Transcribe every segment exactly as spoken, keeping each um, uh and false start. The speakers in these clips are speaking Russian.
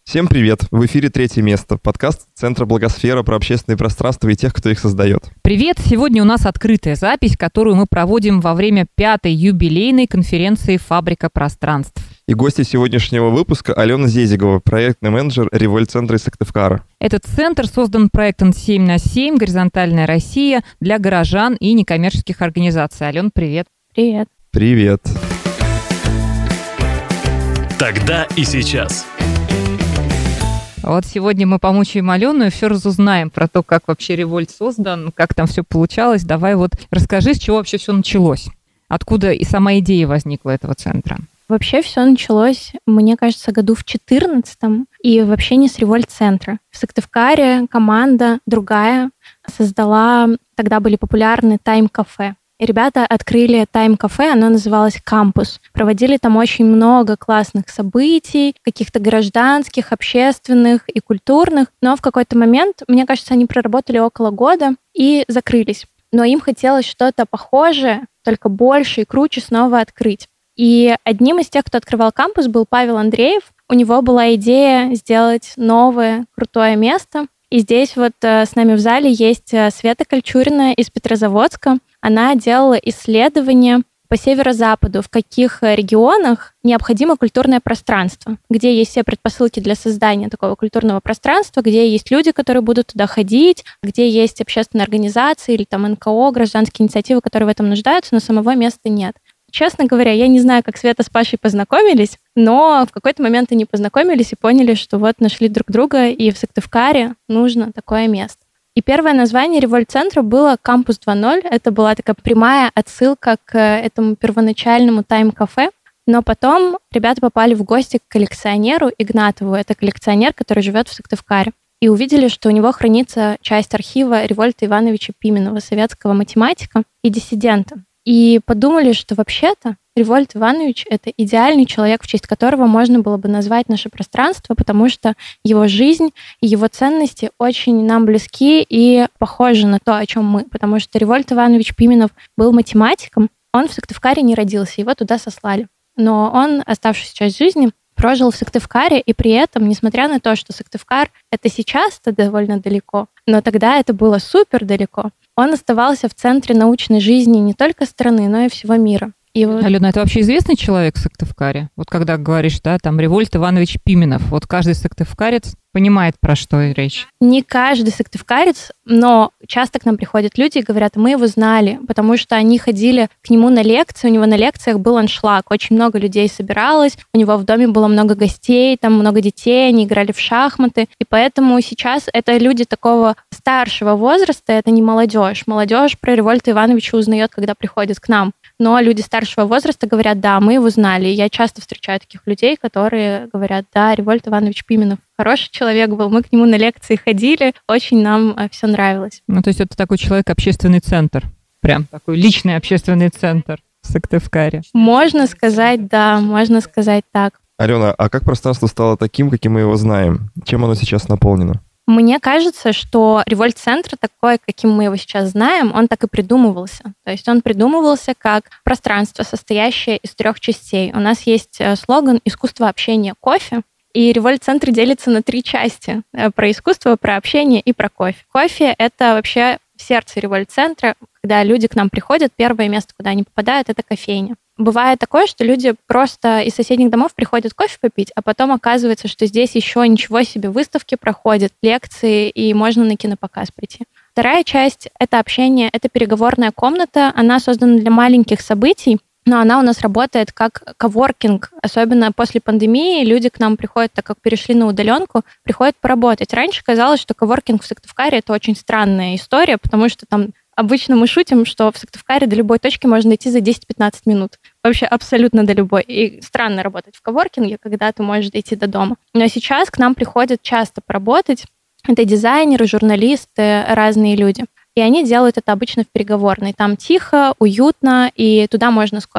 Всем привет! В эфире «Третье место» — подкаст Центра Благосфера про общественные пространства и тех, кто их создает. Привет! Сегодня у нас открытая запись, которую мы проводим во время пятой юбилейной конференции «Фабрика пространств». И гости сегодняшнего выпуска — Алена Зезигова, проектный менеджер Револьт-центра из Сыктывкара. Этот центр создан проектом семь на семь «Горизонтальная Россия» для горожан и некоммерческих организаций. Ален, привет! Привет! Привет! Тогда и сейчас. Вот сегодня мы помучаем Алену и все разузнаем про то, как вообще Револьт создан, как там все получалось. Давай вот расскажи, с чего вообще все началось. Откуда и сама идея возникла этого центра? Вообще все началось, мне кажется, году в четырнадцатом, и вообще не с Револьт-центра. В Сыктывкаре команда другая создала, тогда были популярны тайм-кафе. И ребята открыли тайм-кафе, оно называлось «Кампус». Проводили там очень много классных событий, каких-то гражданских, общественных и культурных. Но в какой-то момент, мне кажется, они проработали около года и закрылись. Но им хотелось что-то похожее, только больше и круче снова открыть. И одним из тех, кто открывал «Кампус», был Павел Андреев. У него была идея сделать новое крутое место. И здесь вот э, с нами в зале есть Света Кольчурина из Петрозаводска. Она делала исследования по северо-западу, в каких регионах необходимо культурное пространство, где есть все предпосылки для создания такого культурного пространства, где есть люди, которые будут туда ходить, где есть общественные организации или там эн ка о, гражданские инициативы, которые в этом нуждаются, но самого места нет. Честно говоря, я не знаю, как Света с Пашей познакомились, но в какой-то момент они познакомились и поняли, что вот нашли друг друга, и в Сыктывкаре нужно такое место. И первое название Револьт-центра было «Кампус два ноль». Это была такая прямая отсылка к этому первоначальному тайм-кафе. Но потом ребята попали в гости к коллекционеру Игнатову. Это коллекционер, который живет в Сыктывкаре. И увидели, что у него хранится часть архива Револьта Ивановича Пименова, советского математика и диссидента. И подумали, что вообще-то Револьт Иванович — это идеальный человек, в честь которого можно было бы назвать наше пространство, потому что его жизнь и его ценности очень нам близки и похожи на то, о чем мы. Потому что Револьт Иванович Пименов был математиком, он в Сыктывкаре не родился, его туда сослали. Но он, оставшуюся часть жизни, прожил в Сыктывкаре, и при этом, несмотря на то, что Сыктывкар — это сейчас-то довольно далеко, но тогда это было супер далеко, он оставался в центре научной жизни не только страны, но и всего мира. И вот... Алена, это вообще известный человек в Сыктывкаре? Вот когда говоришь, да, там Револьт Иванович Пименов, вот каждый сыктывкарец понимает, про что речь. Не каждый сыктывкарец, но часто к нам приходят люди и говорят, мы его знали, потому что они ходили к нему на лекции, у него на лекциях был аншлаг, очень много людей собиралось, у него в доме было много гостей, там много детей, они играли в шахматы, и поэтому сейчас это люди такого старшего возраста, это не молодежь. Молодежь про Револьта Ивановича узнает, когда приходит к нам. Но люди старшего возраста говорят, да, мы его знали. И я часто встречаю таких людей, которые говорят, да, Револьт Иванович Пименов хороший человек был, мы к нему на лекции ходили, очень нам все нравилось. Ну, то есть это такой человек-общественный центр, прям такой личный общественный центр в Сыктывкаре. Можно сказать, да, можно сказать так. Алена, а как пространство стало таким, каким мы его знаем? Чем оно сейчас наполнено? Мне кажется, что Револьт-центр такой, каким мы его сейчас знаем, он так и придумывался. То есть он придумывался как пространство, состоящее из трех частей. У нас есть слоган «Искусство общения кофе», и Револьт-центр делится на три части. Про искусство, про общение и про кофе. Кофе — это вообще сердце Револьт-центра. Когда люди к нам приходят, первое место, куда они попадают, это кофейня. Бывает такое, что люди просто из соседних домов приходят кофе попить, а потом оказывается, что здесь еще ничего себе, выставки проходят, лекции, и можно на кинопоказ прийти. Вторая часть — это общение, это переговорная комната. Она создана для маленьких событий, но она у нас работает как коворкинг. Особенно после пандемии люди к нам приходят, так как перешли на удаленку, приходят поработать. Раньше казалось, что коворкинг в Сыктывкаре — это очень странная история, потому что там обычно мы шутим, что в Сыктывкаре до любой точки можно дойти за десять-пятнадцать минут. Вообще абсолютно до любой. И странно работать в коворкинге, когда ты можешь дойти до дома. Но сейчас к нам приходят часто поработать. Это дизайнеры, журналисты, разные люди. И они делают это обычно в переговорной. Там тихо, уютно, и туда можно с кофе.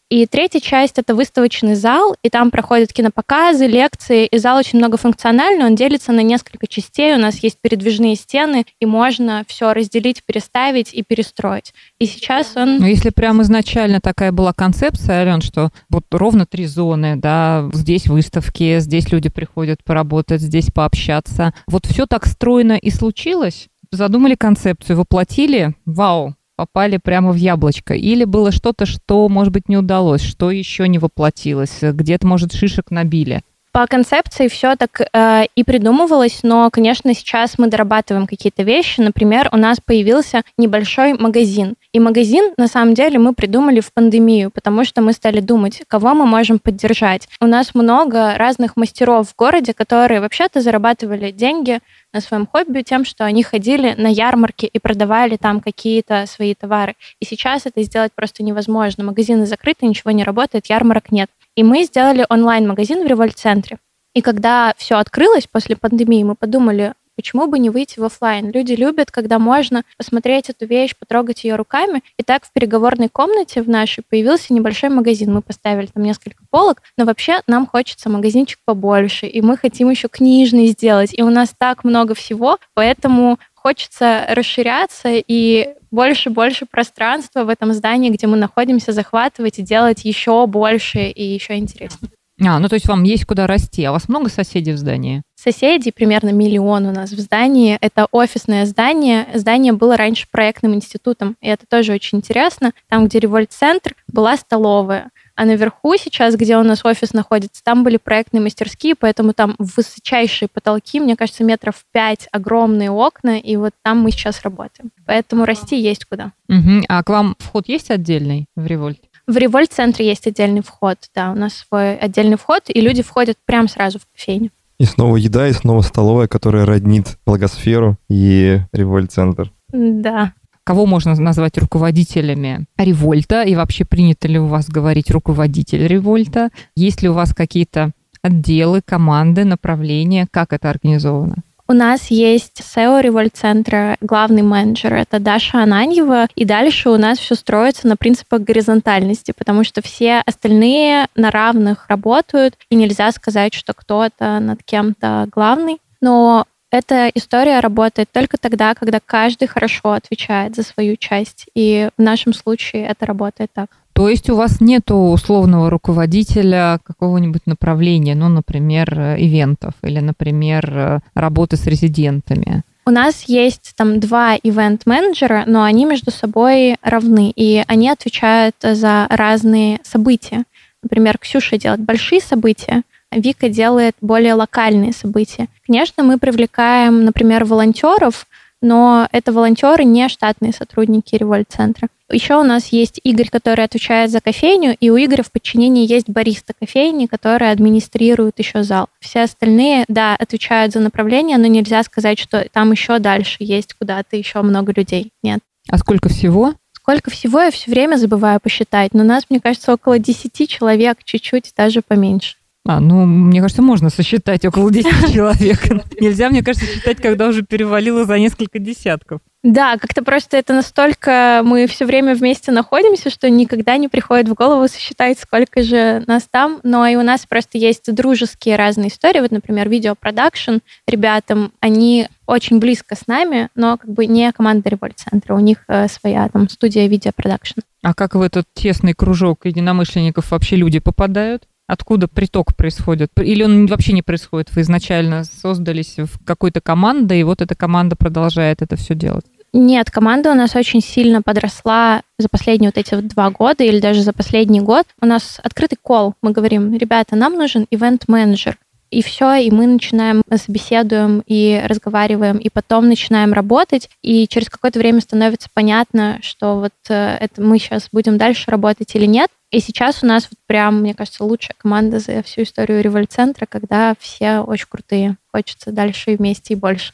И третья часть — это выставочный зал, и там проходят кинопоказы, лекции, и зал очень многофункциональный, он делится на несколько частей, у нас есть передвижные стены, и можно все разделить, переставить и перестроить. И сейчас он... Но если прям изначально такая была концепция, Ален, что вот ровно три зоны, да, здесь выставки, здесь люди приходят поработать, здесь пообщаться, вот все так стройно и случилось? Задумали концепцию, воплотили, вау, попали прямо в яблочко. Или было что-то, что, может быть, не удалось, что еще не воплотилось, где-то, может, шишек набили? По концепции все так э, и придумывалось, но, конечно, сейчас мы дорабатываем какие-то вещи. Например, у нас появился небольшой магазин. И магазин, на самом деле, мы придумали в пандемию, потому что мы стали думать, кого мы можем поддержать. У нас много разных мастеров в городе, которые вообще-то зарабатывали деньги на своем хобби тем, что они ходили на ярмарки и продавали там какие-то свои товары. И сейчас это сделать просто невозможно. Магазины закрыты, ничего не работает, ярмарок нет. И мы сделали онлайн-магазин в Револьт-центре. И когда все открылось после пандемии, мы подумали, почему бы не выйти в офлайн? Люди любят, когда можно посмотреть эту вещь, потрогать ее руками. И так в переговорной комнате в нашей появился небольшой магазин. Мы поставили там несколько полок, но вообще нам хочется магазинчик побольше, и мы хотим еще книжный сделать. И у нас так много всего, поэтому хочется расширяться и больше-больше пространства в этом здании, где мы находимся, захватывать и делать еще больше и еще интереснее. А, ну то есть вам есть куда расти. А у вас много соседей в здании? Соседей примерно миллион у нас в здании. Это офисное здание. Здание было раньше проектным институтом, и это тоже очень интересно. Там, где Револьт-центр, была столовая. А наверху сейчас, где у нас офис находится, там были проектные мастерские, поэтому там высочайшие потолки, мне кажется, метров пять, огромные окна, и вот там мы сейчас работаем. Поэтому расти есть куда. Угу. А к вам вход есть отдельный в Револьт? В Револьт-центре есть отдельный вход, да, у нас свой отдельный вход, и люди входят прямо сразу в кофейню. И снова еда, и снова столовая, которая роднит Благосферу и Револьт-центр. Да. Кого можно назвать руководителями Револьта? И вообще принято ли у вас говорить руководитель Револьта? Есть ли у вас какие-то отделы, команды, направления? Как это организовано? У нас есть эс и о Револьт-центра, главный менеджер, это Даша Ананьева, и дальше у нас все строится на принципах горизонтальности, потому что все остальные на равных работают, и нельзя сказать, что кто-то над кем-то главный, но эта история работает только тогда, когда каждый хорошо отвечает за свою часть, и в нашем случае это работает так. То есть у вас нет условного руководителя какого-нибудь направления, ну, например, ивентов или, например, работы с резидентами? У нас есть там два ивент-менеджера, но они между собой равны, и они отвечают за разные события. Например, Ксюша делает большие события, Вика делает более локальные события. Конечно, мы привлекаем, например, волонтеров, но это волонтеры, не штатные сотрудники Револьт-центра. Еще у нас есть Игорь, который отвечает за кофейню, и у Игоря в подчинении есть бариста кофейни, который администрирует еще зал. Все остальные, да, отвечают за направление, но нельзя сказать, что там еще дальше есть куда-то еще много людей. Нет. А сколько всего? Сколько всего, я все время забываю посчитать, но нас, мне кажется, около десяти человек, чуть-чуть даже поменьше. А, ну, мне кажется, можно сосчитать около десяти человек. Нельзя, мне кажется, считать, когда уже перевалило за несколько десятков. Да, как-то просто это настолько мы все время вместе находимся, что никогда не приходит в голову сосчитать, сколько же нас там. Но и у нас просто есть дружеские разные истории. Вот, например, видеопродакшн ребятам, они очень близко с нами, но как бы не команда Револьт-центра. У них э, своя там студия видеопродакшн. А как в этот тесный кружок единомышленников вообще люди попадают? Откуда приток происходит? Или он вообще не происходит? Вы изначально создались в какой-то команде, и вот эта команда продолжает это все делать? Нет, команда у нас очень сильно подросла за последние вот эти вот два года или даже за последний год. У нас открытый колл. Мы говорим, ребята, нам нужен ивент-менеджер. И все, и мы начинаем, собеседуем и разговариваем, и потом начинаем работать, и через какое-то время становится понятно, что вот это мы сейчас будем дальше работать или нет. И сейчас у нас вот прям, мне кажется, лучшая команда за всю историю Револьт-центра, когда все очень крутые. Хочется дальше и вместе, и больше.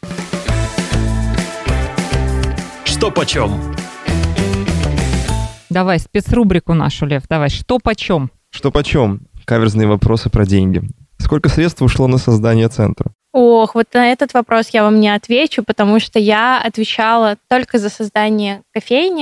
Что почем? Давай спецрубрику нашу, Лев, давай. Что почем? Что почем? Каверзные вопросы про деньги. Сколько средств ушло на создание центра? Ох, вот на этот вопрос я вам не отвечу, потому что я отвечала только за создание кофейни.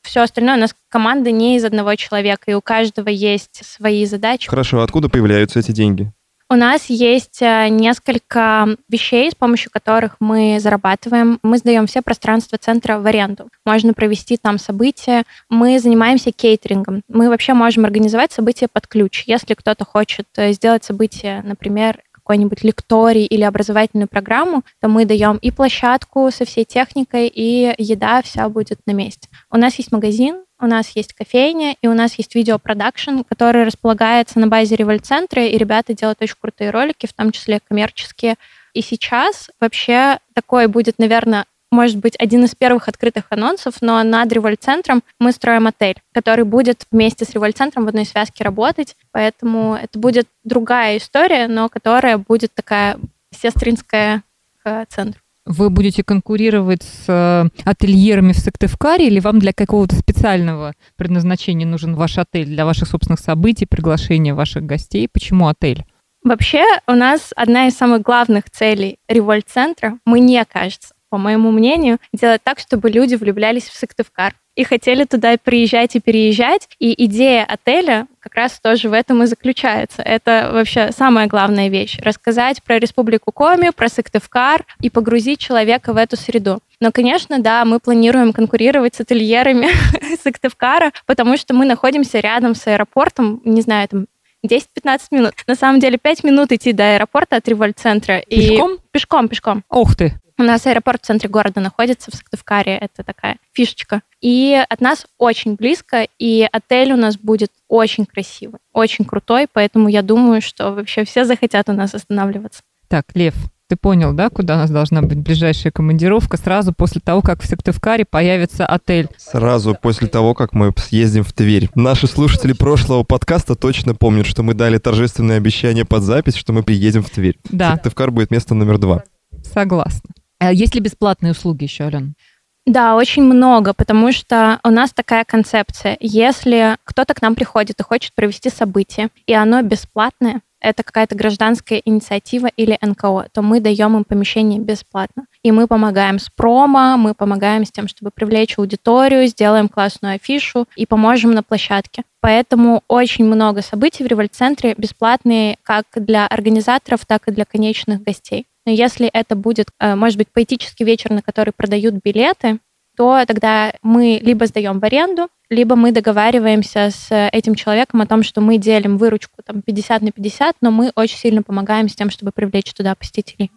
все остальное. У нас команда не из одного человека, и у каждого есть свои задачи. Хорошо, откуда появляются эти деньги? У нас есть несколько вещей, с помощью которых мы зарабатываем. Мы сдаем все пространства центра в аренду. Можно провести там события. Мы занимаемся кейтерингом. Мы вообще можем организовать события под ключ. Если кто-то хочет сделать событие, например, какой-нибудь лекторий или образовательную программу, то мы даем и площадку со всей техникой, и еда вся будет на месте. У нас есть магазин, у нас есть кофейня, и у нас есть видеопродакшн, который располагается на базе Револьт-центра, и ребята делают очень крутые ролики, в том числе коммерческие. И сейчас вообще такой будет, наверное, может быть, один из первых открытых анонсов, но над Револьт-центром мы строим отель, который будет вместе с Револьт-центром в одной связке работать, поэтому это будет другая история, но которая будет такая сестринская к центру. Вы будете конкурировать с ательерами в Сыктывкаре, или вам для какого-то специального предназначения нужен ваш отель, для ваших собственных событий, приглашения ваших гостей? Почему отель? Вообще, у нас одна из самых главных целей Револьт-центра, мне кажется, по моему мнению, делать так, чтобы люди влюблялись в Сыктывкар и хотели туда приезжать и переезжать. И идея отеля как раз тоже в этом и заключается. Это вообще самая главная вещь. Рассказать про Республику Коми, про Сыктывкар и погрузить человека в эту среду. Но, конечно, да, мы планируем конкурировать с ательерами Сыктывкара, потому что мы находимся рядом с аэропортом, не знаю, там, десять-пятнадцать минут. На самом деле, пять минут идти до аэропорта от Револьт-центра. Пешком? И... Пешком, пешком. Ух ты! У нас аэропорт в центре города находится, в Сыктывкаре. Это такая фишечка. И от нас очень близко, и отель у нас будет очень красивый, очень крутой, поэтому я думаю, что вообще все захотят у нас останавливаться. Так, Лев, ты понял, да, куда у нас должна быть ближайшая командировка сразу после того, как в Сыктывкаре появится отель? Сразу после того, как мы съездим в Тверь. Наши слушатели прошлого подкаста точно помнят, что мы дали торжественное обещание под запись, что мы приедем в Тверь. Да. Сыктывкар будет место номер два. Согласна. А есть ли бесплатные услуги еще, Алена? Да, очень много, потому что у нас такая концепция. Если кто-то к нам приходит и хочет провести событие, и оно бесплатное, это какая-то гражданская инициатива или эн ка о, то мы даем им помещение бесплатно. И мы помогаем с промо, мы помогаем с тем, чтобы привлечь аудиторию, сделаем классную афишу и поможем на площадке. Поэтому очень много событий в Револьт-центре бесплатные как для организаторов, так и для конечных гостей. Но если это будет, может быть, поэтический вечер, на который продают билеты, то тогда мы либо сдаем в аренду, либо мы договариваемся с этим человеком о том, что мы делим выручку там, пятьдесят на пятьдесят, но мы очень сильно помогаем с тем, чтобы привлечь туда посетителей.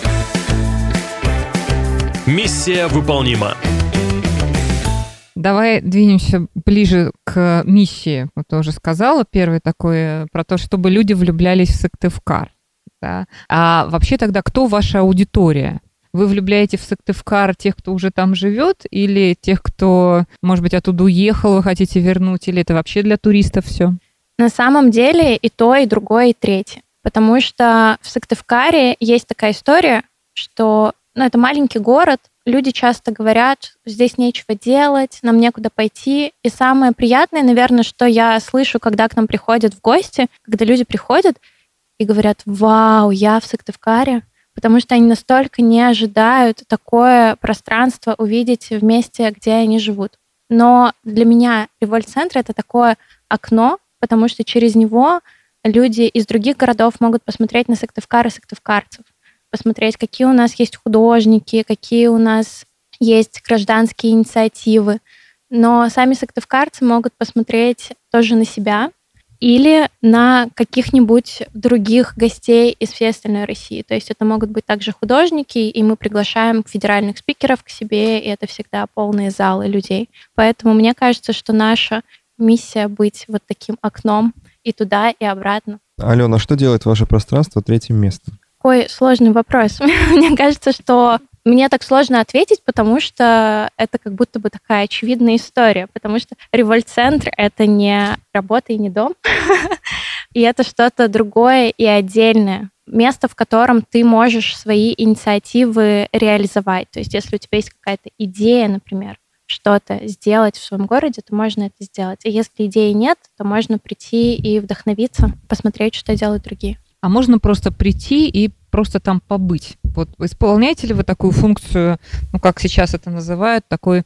Миссия выполнима. Давай двинемся ближе к миссии. Вот ты уже сказала, первый такой, про то, чтобы люди влюблялись в Сыктывкар. Да? А вообще тогда кто ваша аудитория? Вы влюбляете в Сыктывкар тех, кто уже там живет, или тех, кто, может быть, оттуда уехал, вы хотите вернуть, или это вообще для туристов все? На самом деле и то, и другое, и третье. Потому что в Сыктывкаре есть такая история, что ну, это маленький город, люди часто говорят, здесь нечего делать, нам некуда пойти. И самое приятное, наверное, что я слышу, когда к нам приходят в гости, когда люди приходят и говорят, вау, я в Сыктывкаре, потому что они настолько не ожидают такое пространство увидеть в месте, где они живут. Но для меня Револьт-центр — это такое окно, потому что через него люди из других городов могут посмотреть на Сыктывкар и сыктывкарцев, посмотреть, какие у нас есть художники, какие у нас есть гражданские инициативы. Но сами сыктывкарцы могут посмотреть тоже на себя или на каких-нибудь других гостей из всей остальной России. То есть это могут быть также художники, и мы приглашаем федеральных спикеров к себе, и это всегда полные залы людей. Поэтому мне кажется, что наша миссия быть вот таким окном и туда, и обратно. Алена, а что делает ваше пространство третьим местом? Какой сложный вопрос. Мне кажется, что мне так сложно ответить, потому что это как будто бы такая очевидная история, потому что Револьт-центр — это не работа и не дом, и это что-то другое и отдельное. Место, в котором ты можешь свои инициативы реализовать. То есть если у тебя есть какая-то идея, например, что-то сделать в своем городе, то можно это сделать. И если идеи нет, то можно прийти и вдохновиться, посмотреть, что делают другие. А можно просто прийти и просто там побыть? Вот исполняете ли вы такую функцию, ну, как сейчас это называют, такой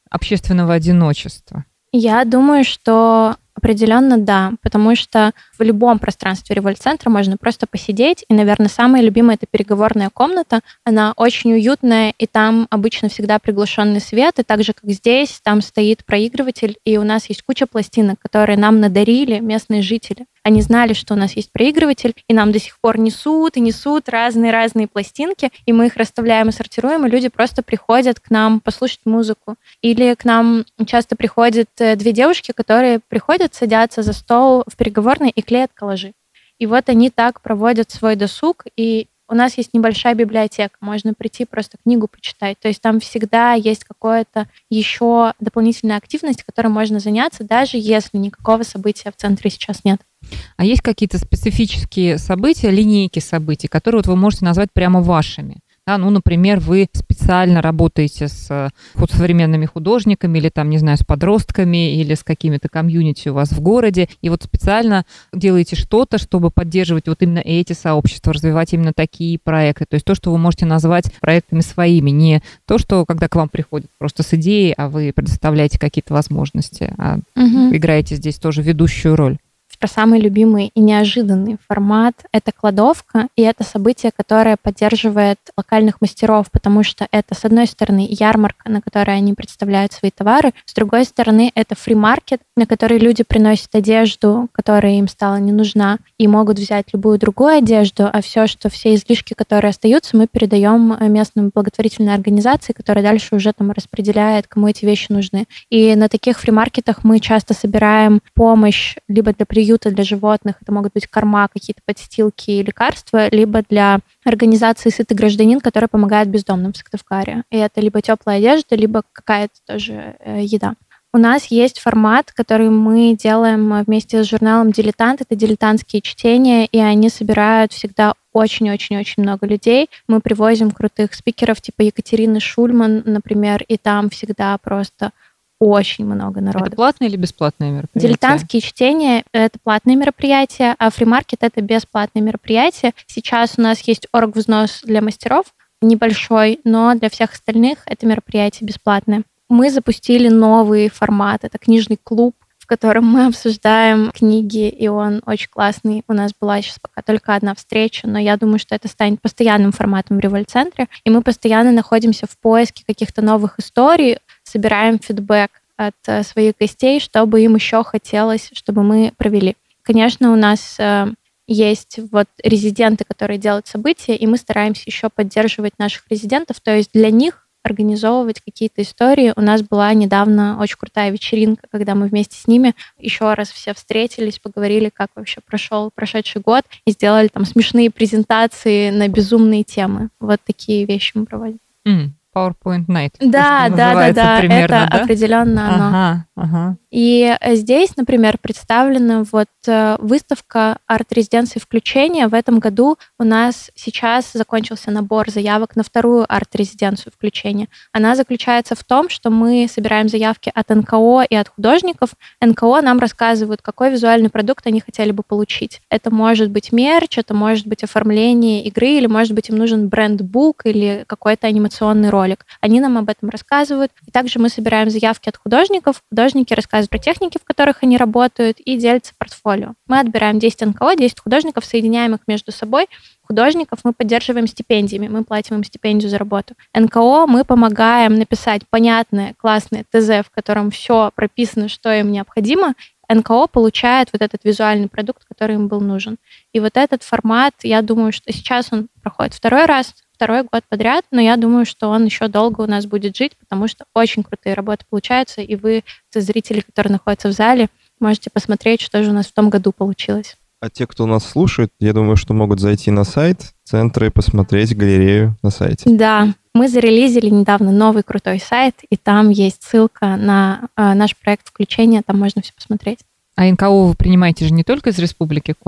общественного одиночества? Я думаю, что определенно да, потому что в любом пространстве револьт-центра можно просто посидеть, и, наверное, самая любимая — это переговорная комната. Она очень уютная, и там обычно всегда приглушенный свет, и так же, как здесь, там стоит проигрыватель, и у нас есть куча пластинок, которые нам надарили местные жители. Они знали, что у нас есть проигрыватель, и нам до сих пор несут и несут разные-разные пластинки, и мы их расставляем и сортируем, и люди просто приходят к нам послушать музыку. Или к нам часто приходят две девушки, которые приходят, садятся за стол в переговорной и клеят коллажи. И вот они так проводят свой досуг, и у нас есть небольшая библиотека, можно прийти просто книгу почитать. То есть там всегда есть какая-то еще дополнительная активность, которой можно заняться, даже если никакого события в центре сейчас нет. А есть какие-то специфические события, линейки событий, которые вот вы можете назвать прямо вашими? Да, ну, например, вы специально работаете с вот, современными художниками или, там, не знаю, с подростками или с какими-то комьюнити у вас в городе, и вот специально делаете что-то, чтобы поддерживать вот именно эти сообщества, развивать именно такие проекты. То есть то, что вы можете назвать проектами своими, не то, что когда к вам приходят просто с идеей, а вы предоставляете какие-то возможности, а угу. играете здесь тоже ведущую роль. Про самый любимый и неожиданный формат — это кладовка, и это событие, которое поддерживает локальных мастеров, потому что это, с одной стороны, ярмарка, на которой они представляют свои товары, с другой стороны, это фри-маркет, на который люди приносят одежду, которая им стала не нужна, и могут взять любую другую одежду, а все, что все излишки, которые остаются, мы передаем местным благотворительной организации, которая дальше уже там распределяет, кому эти вещи нужны. И на таких фри-маркетах мы часто собираем помощь либо для приюта, для животных, это могут быть корма, какие-то подстилки и лекарства, либо для организации «Сытый гражданин», которая помогает бездомным в Сыктывкаре. И это либо теплая одежда, либо какая-то тоже э, еда. У нас есть формат, который мы делаем вместе с журналом «Дилетант». Это дилетантские чтения, и они собирают всегда очень-очень-очень много людей. Мы привозим крутых спикеров, типа Екатерины Шульман, например, и там всегда просто очень много народу. Это платное или бесплатное мероприятие? Дилетантские чтения — это платные мероприятия, а фри-маркет — это бесплатные мероприятия. Сейчас у нас есть оргвзнос для мастеров, небольшой, но для всех остальных это мероприятие бесплатное. Мы запустили новый формат, это книжный клуб, в котором мы обсуждаем книги, и он очень классный. У нас была сейчас пока только одна встреча, но я думаю, что это станет постоянным форматом в револьт-центре, и мы постоянно находимся в поиске каких-то новых историй, собираем фидбэк от э, своих гостей, чтобы им еще хотелось, чтобы мы провели. Конечно, у нас э, есть вот резиденты, которые делают события, и мы стараемся еще поддерживать наших резидентов, то есть для них организовывать какие-то истории. У нас была недавно очень крутая вечеринка, когда мы вместе с ними еще раз все встретились, поговорили, как вообще прошел прошедший год, и сделали там смешные презентации на безумные темы. Вот такие вещи мы проводим. Mm. PowerPoint Night. Да, да, да, да, примерно, это да? определенно оно. Ага, ага. И здесь, например, представлена вот выставка арт-резиденции включения. В этом году у нас сейчас закончился набор заявок на вторую арт-резиденцию включения. Она заключается в том, что мы собираем заявки от эн ка о и от художников. эн ка о нам рассказывают, какой визуальный продукт они хотели бы получить. Это может быть мерч, это может быть оформление игры, или, может быть, им нужен бренд-бук или какой-то анимационный ролик. Они нам об этом рассказывают. И также мы собираем заявки от художников. Художники рассказывают про техники, в которых они работают, и делятся портфолио. Мы отбираем десять эн ка о, десять художников, соединяем их между собой. Художников мы поддерживаем стипендиями, мы платим им стипендию за работу. эн ка о мы помогаем написать понятное, классное тэ зэ, в котором все прописано, что им необходимо. эн ка о получает вот этот визуальный продукт, который им был нужен. И вот этот формат, я думаю, что сейчас он проходит второй раз, второй год подряд, но я думаю, что он еще долго у нас будет жить, потому что очень крутые работы получаются, и вы, зрители, которые находятся в зале, можете посмотреть, что же у нас в том году получилось. А те, кто нас слушает, я думаю, что могут зайти на сайт центра и посмотреть галерею на сайте. Да, мы зарелизили недавно новый крутой сайт, и там есть ссылка на э, наш проект включения, там можно все посмотреть. А эн ка о вы принимаете же не только из Республики Коми?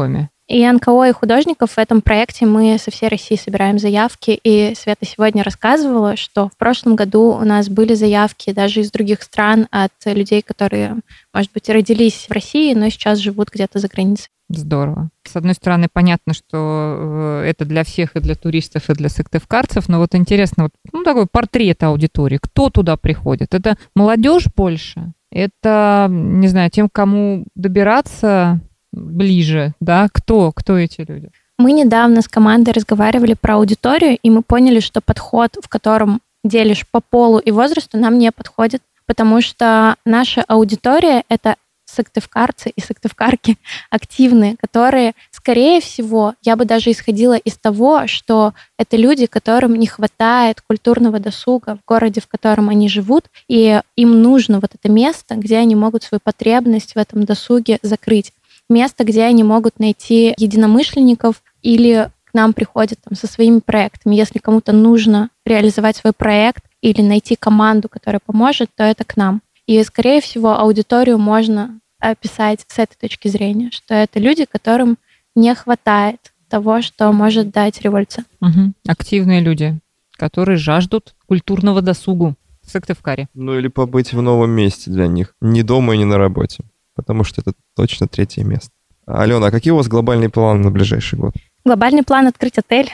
И эн ка о, и художников в этом проекте мы со всей России собираем заявки. И Света сегодня рассказывала, что в прошлом году у нас были заявки даже из других стран от людей, которые, может быть, родились в России, но сейчас живут где-то за границей. Здорово. С одной стороны, понятно, что это для всех, и для туристов, и для сыктывкарцев, но вот интересно, вот, ну, такой портрет аудитории. Кто туда приходит? Это молодежь больше? Это, не знаю, тем, кому добираться ближе, да? Кто? Кто эти люди? Мы недавно с командой разговаривали про аудиторию, и мы поняли, что подход, в котором делишь по полу и возрасту, нам не подходит, потому что наша аудитория — это сыктывкарцы и сыктывкарки активные, которые, скорее всего, я бы даже исходила из того, что это люди, которым не хватает культурного досуга в городе, в котором они живут, и им нужно вот это место, где они могут свою потребность в этом досуге закрыть. Место, где они могут найти единомышленников или к нам приходят там, со своими проектами. Если кому-то нужно реализовать свой проект или найти команду, которая поможет, то это к нам. И, скорее всего, аудиторию можно описать с этой точки зрения, что это люди, которым не хватает того, что может дать револьца. Угу. Активные люди, которые жаждут культурного досугу в Сыктывкаре. Ну или побыть в новом месте для них. Не дома и не на работе. Потому что это точно третье место. Алена, а какие у вас глобальные планы на ближайший год? Глобальный план — открыть отель.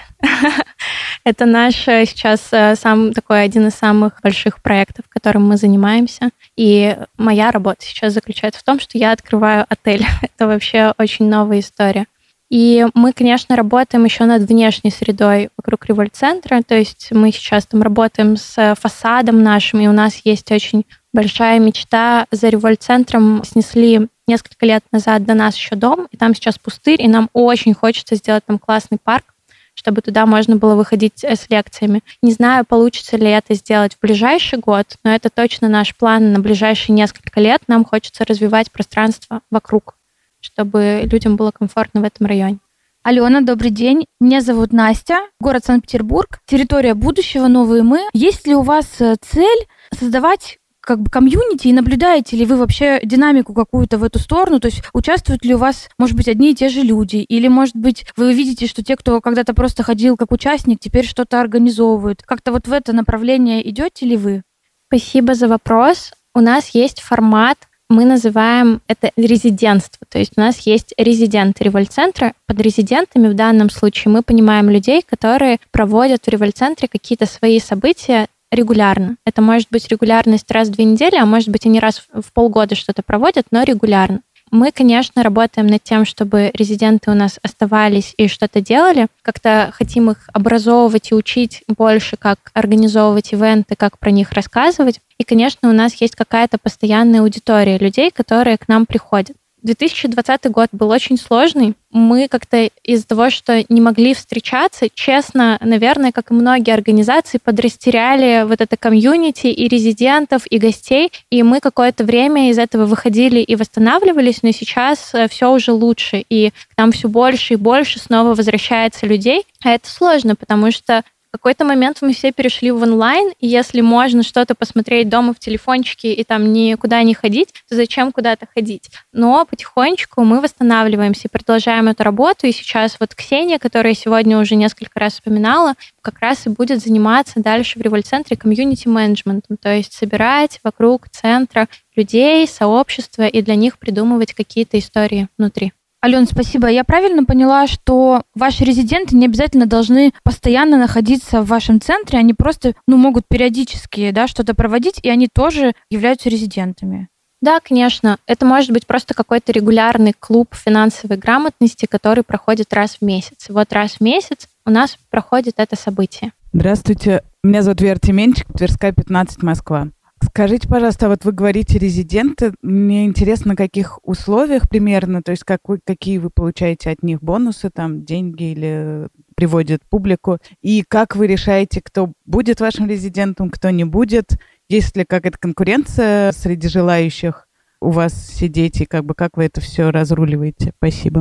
Это наш сейчас сам такой один из самых больших проектов, которым мы занимаемся. И моя работа сейчас заключается в том, что я открываю отель. Это вообще очень новая история. И мы, конечно, работаем еще над внешней средой вокруг револьт-центра. То есть мы сейчас там работаем с фасадом нашим, и у нас есть очень большая мечта. За револьт-центром снесли несколько лет назад до нас еще дом, и там сейчас пустырь, и нам очень хочется сделать там классный парк, чтобы туда можно было выходить с лекциями. Не знаю, получится ли это сделать в ближайший год, но это точно наш план на ближайшие несколько лет. Нам хочется развивать пространство вокруг, чтобы людям было комфортно в этом районе. Алена, добрый день. Меня зовут Настя, город Санкт-Петербург, территория будущего, новые мы. Есть ли у вас цель создавать как бы комьюнити, и наблюдаете ли вы вообще динамику какую-то в эту сторону? То есть участвуют ли у вас, может быть, одни и те же люди? Или, может быть, вы видите, что те, кто когда-то просто ходил как участник, теперь что-то организовывают? Как-то вот в это направление идете ли вы? Спасибо за вопрос. У нас есть формат, мы называем это резидентство. То есть у нас есть резиденты револьт-центра. Под резидентами в данном случае мы понимаем людей, которые проводят в револьт-центре какие-то свои события регулярно. Это может быть регулярность раз в две недели, а может быть и не раз в полгода что-то проводят, но регулярно. Мы, конечно, работаем над тем, чтобы резиденты у нас оставались и что-то делали. Как-то хотим их образовывать и учить больше, как организовывать ивенты, как про них рассказывать. И, конечно, у нас есть какая-то постоянная аудитория людей, которые к нам приходят. две тысячи двадцатый год был очень сложный. Мы как-то из-за того, что не могли встречаться, честно, наверное, как и многие организации, подрастеряли вот это комьюнити и резидентов, и гостей. И мы какое-то время из этого выходили и восстанавливались, но сейчас все уже лучше. И к нам все больше и больше снова возвращается людей. А это сложно, потому что в какой-то момент мы все перешли в онлайн, и если можно что-то посмотреть дома в телефончике и там никуда не ходить, то зачем куда-то ходить? Но потихонечку мы восстанавливаемся и продолжаем эту работу, и сейчас вот Ксения, которая сегодня уже несколько раз вспоминала, как раз и будет заниматься дальше в револьт-центре комьюнити-менеджментом, то есть собирать вокруг центра людей, сообщества и для них придумывать какие-то истории внутри. Алена, спасибо. Я правильно поняла, что ваши резиденты не обязательно должны постоянно находиться в вашем центре, они просто, ну, могут периодически, да, что-то проводить, и они тоже являются резидентами? Да, конечно. Это может быть просто какой-то регулярный клуб финансовой грамотности, который проходит раз в месяц. Вот раз в месяц у нас проходит это событие. Здравствуйте. Меня зовут Вера Тименчик, Тверская, пятнадцать, Москва. Скажите, пожалуйста, вот вы говорите резиденты, мне интересно, на каких условиях примерно, то есть как вы, какие вы получаете от них бонусы, там, деньги или приводят публику, и как вы решаете, кто будет вашим резидентом, кто не будет, есть ли какая-то конкуренция среди желающих у вас сидеть, и как бы как вы это все разруливаете? Спасибо.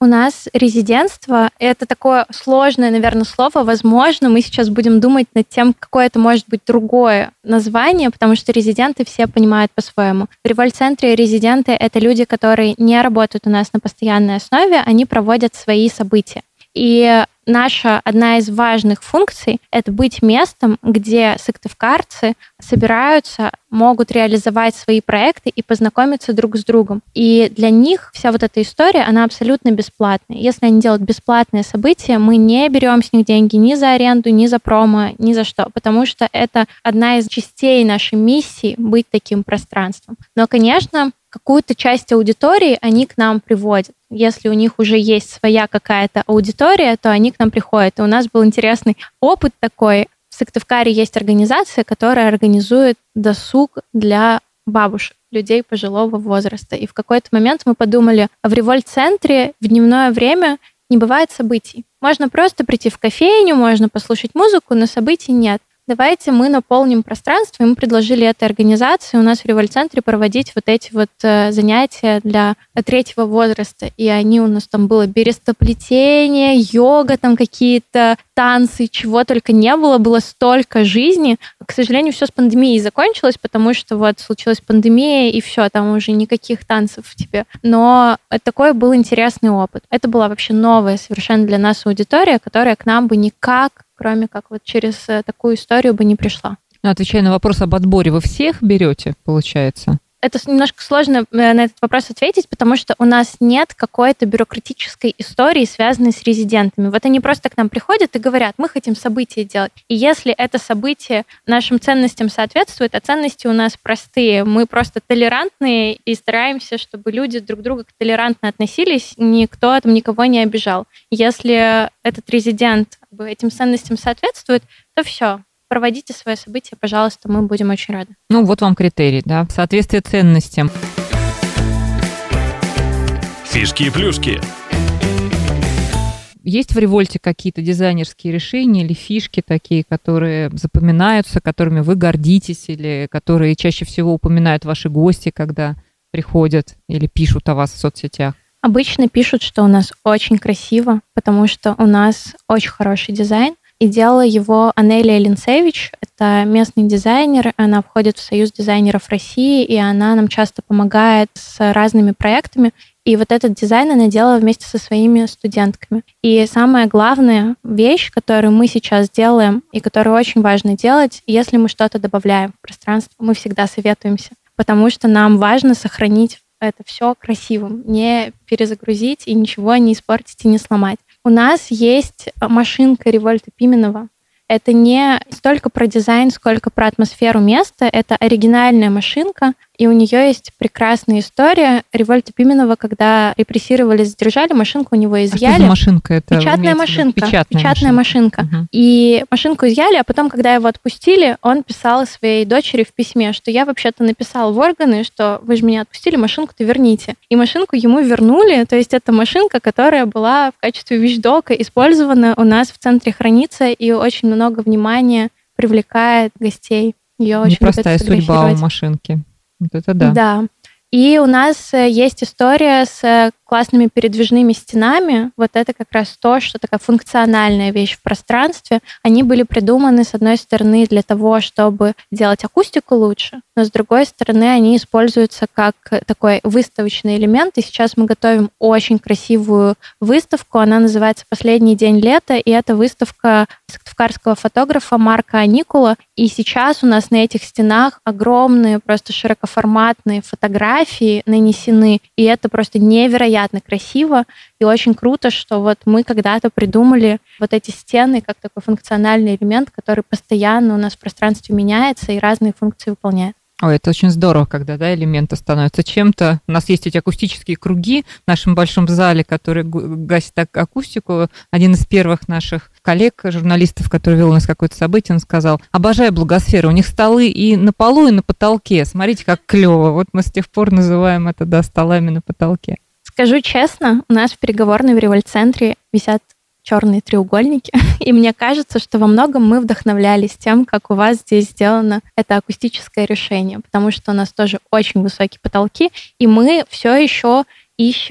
У нас резидентство — это такое сложное, наверное, слово. Возможно, мы сейчас будем думать над тем, какое это может быть другое название, потому что резиденты все понимают по-своему. В Револьт-центре резиденты — это люди, которые не работают у нас на постоянной основе, они проводят свои события. И наша одна из важных функций — это быть местом, где сыктывкарцы собираются, могут реализовать свои проекты и познакомиться друг с другом. И для них вся вот эта история, она абсолютно бесплатная. Если они делают бесплатные события, мы не берем с них деньги ни за аренду, ни за промо, ни за что, потому что это одна из частей нашей миссии — быть таким пространством. Но, конечно, какую-то часть аудитории они к нам приводят. Если у них уже есть своя какая-то аудитория, то они к нам приходят. И у нас был интересный опыт такой. В Сыктывкаре есть организация, которая организует досуг для бабушек, людей пожилого возраста. И в какой-то момент мы подумали, в Револьт-центре в дневное время не бывает событий. Можно просто прийти в кофейню, можно послушать музыку, но событий нет. Давайте мы наполним пространство, и мы предложили этой организации у нас в Револьт-центре проводить вот эти вот э, занятия для третьего возраста. И они у нас там было берестоплетение, йога, там какие-то танцы, чего только не было, было столько жизни. К сожалению, все с пандемией закончилось, потому что вот случилась пандемия, и все, там уже никаких танцев в тебе. Но такой был интересный опыт. Это была вообще новая совершенно для нас аудитория, которая к нам бы никак, кроме как вот через такую историю, бы не пришла. Ну, отвечая на вопрос об отборе, вы всех берете, получается? Это немножко сложно на этот вопрос ответить, потому что у нас нет какой-то бюрократической истории, связанной с резидентами. Вот они просто к нам приходят и говорят, мы хотим событие делать. И если это событие нашим ценностям соответствует, а ценности у нас простые, мы просто толерантные и стараемся, чтобы люди друг к другу толерантно относились, никто там никого не обижал. Если этот резидент этим ценностям соответствует, то все. Проводите свое событие, пожалуйста, мы будем очень рады. Ну, вот вам критерий, да, соответствие ценностям. Фишки и плюшки. Есть в Револьте какие-то дизайнерские решения или фишки такие, которые запоминаются, которыми вы гордитесь, или которые чаще всего упоминают ваши гости, когда приходят или пишут о вас в соцсетях? Обычно пишут, что у нас очень красиво, потому что у нас очень хороший дизайн. И делала его Анелия Линцевич. Это местный дизайнер. Она входит в Союз дизайнеров России, и она нам часто помогает с разными проектами. И вот этот дизайн она делала вместе со своими студентками. И самая главная вещь, которую мы сейчас делаем, и которую очень важно делать, если мы что-то добавляем в пространство, мы всегда советуемся, потому что нам важно сохранить это все красивым, не перезагрузить и ничего не испортить и не сломать. У нас есть машинка Револьта Пименова. Это не столько про дизайн, сколько про атмосферу места. Это оригинальная машинка, и у нее есть прекрасная история. Револьта Пименова, когда репрессировали, задержали, машинку у него изъяли. А что за машинка? Это печатная машинка. Печатная, печатная машинка. машинка. Угу. И машинку изъяли, а потом, когда его отпустили, он писал своей дочери в письме, что я вообще-то написал в органы, что вы же меня отпустили, машинку-то верните. И машинку ему вернули. То есть это машинка, которая была в качестве вещдока использована у нас в центре, хранится, и очень много внимания привлекает гостей. Ее очень непростая судьба у машинки. Вот это да. Да. И у нас есть история с классными передвижными стенами. Вот это как раз то, что такая функциональная вещь в пространстве. Они были придуманы, с одной стороны, для того, чтобы делать акустику лучше, но с другой стороны, они используются как такой выставочный элемент. И сейчас мы готовим очень красивую выставку. Она называется «Последний день лета», и это выставка сыктывкарского фотографа Марка Аникула. И сейчас у нас на этих стенах огромные, просто широкоформатные фотографии нанесены, и это просто невероятно красиво и очень круто, что вот мы когда-то придумали вот эти стены как такой функциональный элемент, который постоянно у нас в пространстве меняется и разные функции выполняет. Ой, это очень здорово, когда, да, элементы становятся чем-то. У нас есть эти акустические круги в нашем большом зале, которые гасят акустику. Один из первых наших коллег, журналистов, который вел у нас какое-то событие, он сказал: обожаю Благосферу, у них столы и на полу, и на потолке. Смотрите, как клево. Вот мы с тех пор называем это, да, столами на потолке. Скажу честно, у нас в переговорной в Револьт-центре висят черные треугольники, и мне кажется, что во многом мы вдохновлялись тем, как у вас здесь сделано это акустическое решение, потому что у нас тоже очень высокие потолки, и мы все еще ищем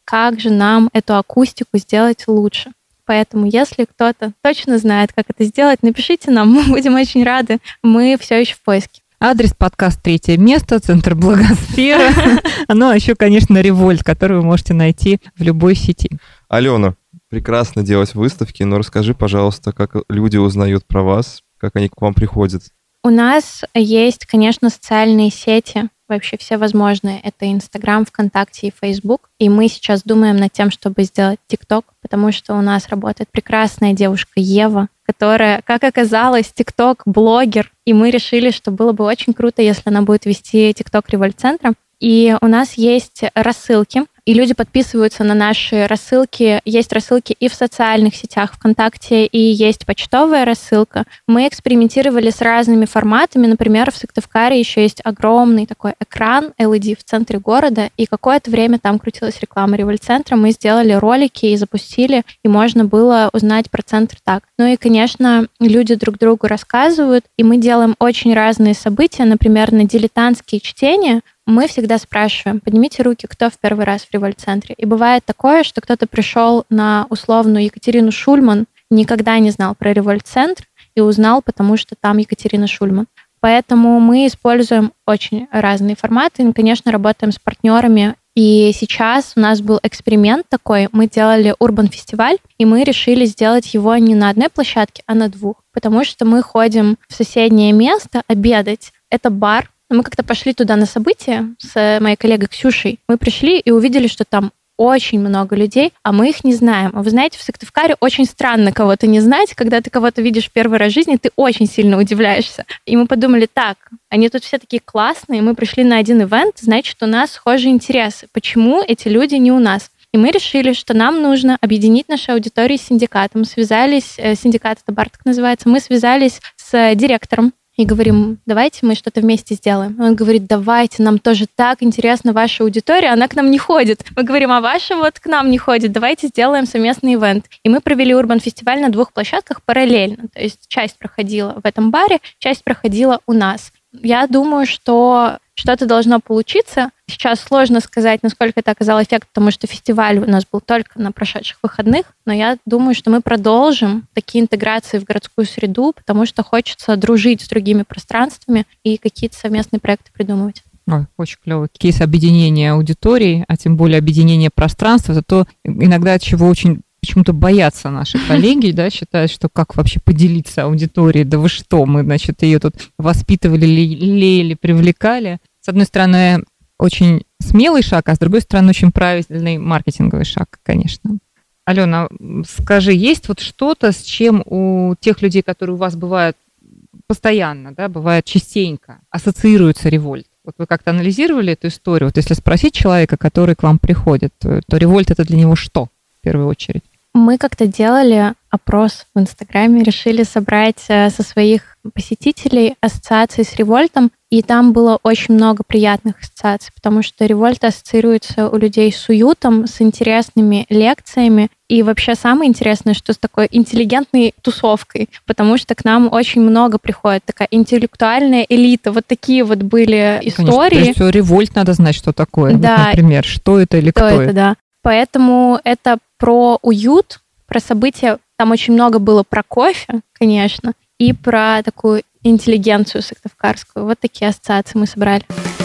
как же нам эту акустику сделать лучше. Поэтому, если кто-то точно знает, как это сделать, напишите нам, мы будем очень рады. Мы все еще в поиске. Адрес подкаст «Третье место», Центр Благосфера. Ну, а еще, конечно, Револьт, который вы можете найти в любой сети. Алена, прекрасно делать выставки, но расскажи, пожалуйста, как люди узнают про вас, как они к вам приходят. У нас есть, конечно, социальные сети, вообще все возможные. Это Инстаграм, ВКонтакте и Фейсбук. И мы сейчас думаем над тем, чтобы сделать ТикТок, потому что у нас работает прекрасная девушка Ева, которая, как оказалось, ТикТок-блогер. И мы решили, что было бы очень круто, если она будет вести ТикТок Револьт-центра. И у нас есть рассылки, и люди подписываются на наши рассылки. Есть рассылки и в социальных сетях ВКонтакте, и есть почтовая рассылка. Мы экспериментировали с разными форматами. Например, в Сыктывкаре еще есть огромный такой экран эл и ди в центре города, и какое-то время там крутилась реклама Револьт-центра. Мы сделали ролики и запустили, и можно было узнать про центр так. Ну и, конечно, люди друг другу рассказывают, и мы делаем очень разные события. Например, на дилетантские чтения мы всегда спрашиваем: поднимите руки, кто в первый раз в Револьт-центре. И бывает такое, что кто-то пришел на условную Екатерину Шульман, никогда не знал про Револьт-центр и узнал, потому что там Екатерина Шульман. Поэтому мы используем очень разные форматы. И, конечно, работаем с партнерами. И сейчас у нас был эксперимент такой. Мы делали урбан-фестиваль, и мы решили сделать его не на одной площадке, а на двух. Потому что мы ходим в соседнее место обедать. Это бар. Мы как-то пошли туда на событие с моей коллегой Ксюшей. Мы пришли и увидели, что там очень много людей, а мы их не знаем. Вы знаете, в Сыктывкаре очень странно кого-то не знать. Когда ты кого-то видишь в первый раз в жизни, ты очень сильно удивляешься. И мы подумали: так, они тут все такие классные, мы пришли на один ивент, значит, у нас схожие интересы. Почему эти люди не у нас? И мы решили, что нам нужно объединить наши аудитории с синдикатом. Связались, синдикат это бар так называется, мы связались с директором и говорим: давайте мы что-то вместе сделаем. Он говорит: давайте, нам тоже так интересна ваша аудитория, она к нам не ходит. Мы говорим: а ваша вот к нам не ходит, давайте сделаем совместный ивент. И мы провели урбан-фестиваль на двух площадках параллельно. То есть часть проходила в этом баре, часть проходила у нас. Я думаю, что что-то должно получиться. Сейчас сложно сказать, насколько это оказало эффект, потому что фестиваль у нас был только на прошедших выходных, но я думаю, что мы продолжим такие интеграции в городскую среду, потому что хочется дружить с другими пространствами и какие-то совместные проекты придумывать. Ой, очень клевый кейс объединения аудитории, а тем более объединения пространства. Это то, иногда чего очень почему-то боятся наши коллеги, да, считают, что как вообще поделиться аудиторией, да вы что, мы, значит, ее тут воспитывали, лелеяли, привлекали. С одной стороны, очень смелый шаг, а с другой стороны, очень правильный маркетинговый шаг, конечно. Алена, скажи, есть вот что-то, с чем у тех людей, которые у вас бывают постоянно, да, бывает частенько, ассоциируется Револьт? Вот вы как-то анализировали эту историю? Вот если спросить человека, который к вам приходит, то, то Револьт — это для него что в первую очередь? Мы как-то делали опрос в Инстаграме, решили собрать со своих посетителей ассоциации с Револьтом, и там было очень много приятных ассоциаций, потому что Револьт ассоциируется у людей с уютом, с интересными лекциями, и вообще самое интересное, что с такой интеллигентной тусовкой, потому что к нам очень много приходит, такая интеллектуальная элита, вот такие вот были истории. Конечно, прежде всего, Револьт надо знать, что такое, да. Вот, например, что это или кто кто это, да. Поэтому это про уют, про события. Там очень много было про кофе, конечно, и про такую интеллигенцию сыктывкарскую. Вот такие ассоциации мы собрали.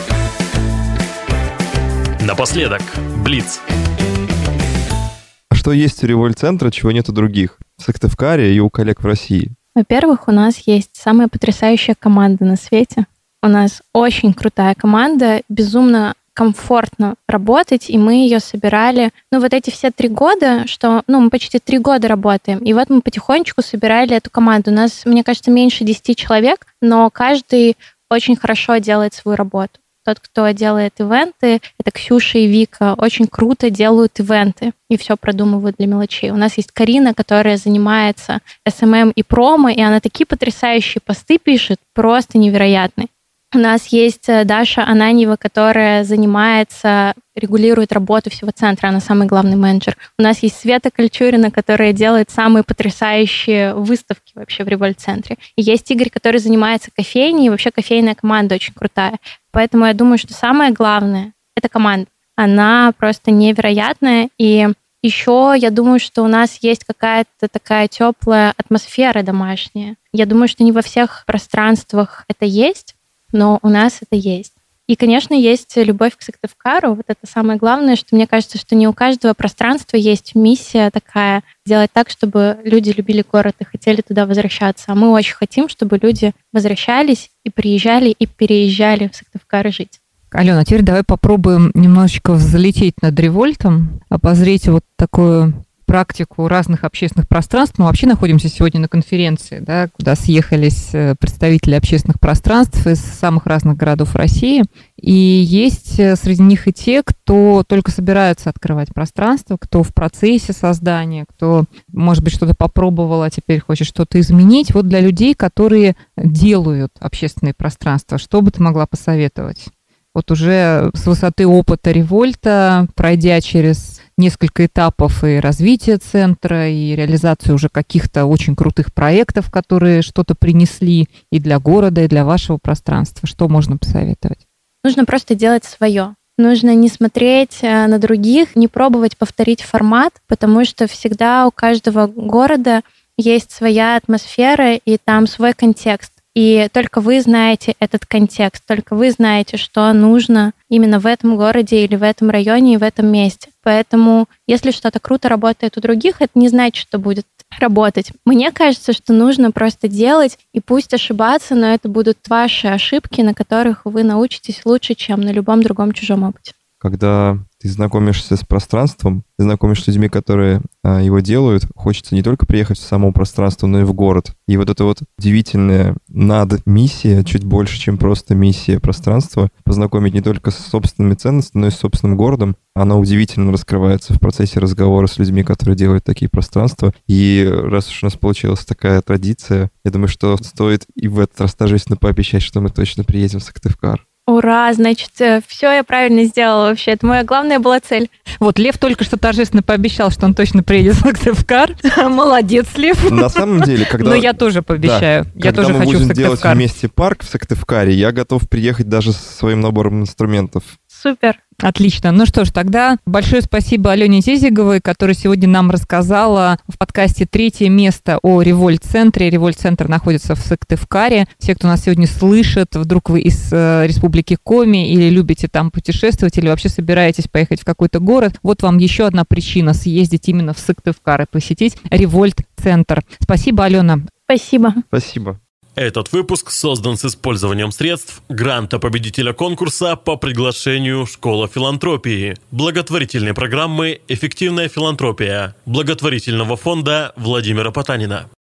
Напоследок, блиц. А что есть у Револьт-центра, чего нет у других? В Сыктывкаре и у коллег в России? Во-первых, у нас есть самая потрясающая команда на свете. У нас очень крутая команда, безумно комфортно работать, и мы ее собирали, ну, вот эти все три года, что, ну, мы почти три года работаем, и вот мы потихонечку собирали эту команду. У нас, мне кажется, меньше десяти человек, но каждый очень хорошо делает свою работу. Тот, кто делает ивенты, это Ксюша и Вика, очень круто делают ивенты и все продумывают для мелочей. У нас есть Карина, которая занимается эс эм эм и промо, и она такие потрясающие посты пишет, просто невероятные. У нас есть Даша Ананьева, которая занимается, регулирует работу всего центра, она самый главный менеджер. У нас есть Света Кольчурина, которая делает самые потрясающие выставки вообще в Револьт-центре. И есть Игорь, который занимается кофейней, и вообще кофейная команда очень крутая. Поэтому я думаю, что самое главное — это команда. она просто невероятная. И еще я думаю, что у нас есть какая-то такая теплая атмосфера домашняя. Я думаю, что не во всех пространствах это есть, но у нас это есть. И, конечно, есть любовь к Сыктывкару. Вот это самое главное, что мне кажется, что не у каждого пространства есть миссия такая сделать так, чтобы люди любили город и хотели туда возвращаться. А мы очень хотим, чтобы люди возвращались и приезжали, и переезжали в Сыктывкар жить. Алена, теперь давай попробуем немножечко взлететь над Револьтом, обозреть вот такую практику разных общественных пространств. Мы вообще находимся сегодня на конференции, да, куда съехались представители общественных пространств из самых разных городов России. И есть среди них и те, кто только собирается открывать пространство, кто в процессе создания, кто, может быть, что-то попробовал, а теперь хочет что-то изменить. Вот для людей, которые делают общественные пространства, что бы ты могла посоветовать? Вот уже с высоты опыта Револьта, пройдя через несколько этапов и развития центра, и реализацию уже каких-то очень крутых проектов, которые что-то принесли и для города, и для вашего пространства, что можно посоветовать? Нужно просто делать свое. Нужно не смотреть на других, не пробовать повторить формат, потому что всегда у каждого города есть своя атмосфера и там свой контекст. И только вы знаете этот контекст, только вы знаете, что нужно именно в этом городе или в этом районе и в этом месте. Поэтому, если что-то круто работает у других, это не значит, что будет работать. Мне кажется, что нужно просто делать, и пусть ошибаться, но это будут ваши ошибки, на которых вы научитесь лучше, чем на любом другом чужом опыте. Когда ты знакомишься с пространством, ты знакомишься с людьми, которые а, его делают, хочется не только приехать в само пространство, но и в город. И вот эта вот удивительная надмиссия, чуть больше, чем просто миссия пространства, познакомить не только с собственными ценностями, но и с собственным городом, она удивительно раскрывается в процессе разговора с людьми, которые делают такие пространства. И раз уж у нас получилась такая традиция, я думаю, что стоит и в этот раз торжественно пообещать, что мы точно приедем в Сыктывкар. Ура, значит, все я правильно сделала вообще. Это моя главная была цель. Вот Лев только что торжественно пообещал, что он точно приедет в Сыктывкар. Молодец, Лев. На самом деле, когда... Но я тоже пообещаю. Да, я тоже хочу в Сыктывкар. Когда мы будем делать вместе парк в Сыктывкаре, я готов приехать даже со своим набором инструментов. Супер. Отлично. Ну что ж, тогда большое спасибо Алене Зизиговой, которая сегодня нам рассказала в подкасте «Третье место» о Револьт-центре. Револьт-центр находится в Сыктывкаре. Все, кто нас сегодня слышит, вдруг вы из э, Республики Коми или любите там путешествовать, или вообще собираетесь поехать в какой-то город, вот вам еще одна причина съездить именно в Сыктывкар и посетить Револьт-центр. Спасибо, Алена. Спасибо. Спасибо. Этот выпуск создан с использованием средств гранта победителя конкурса по приглашению «Школа филантропии», благотворительной программы «Эффективная филантропия», благотворительного фонда Владимира Потанина.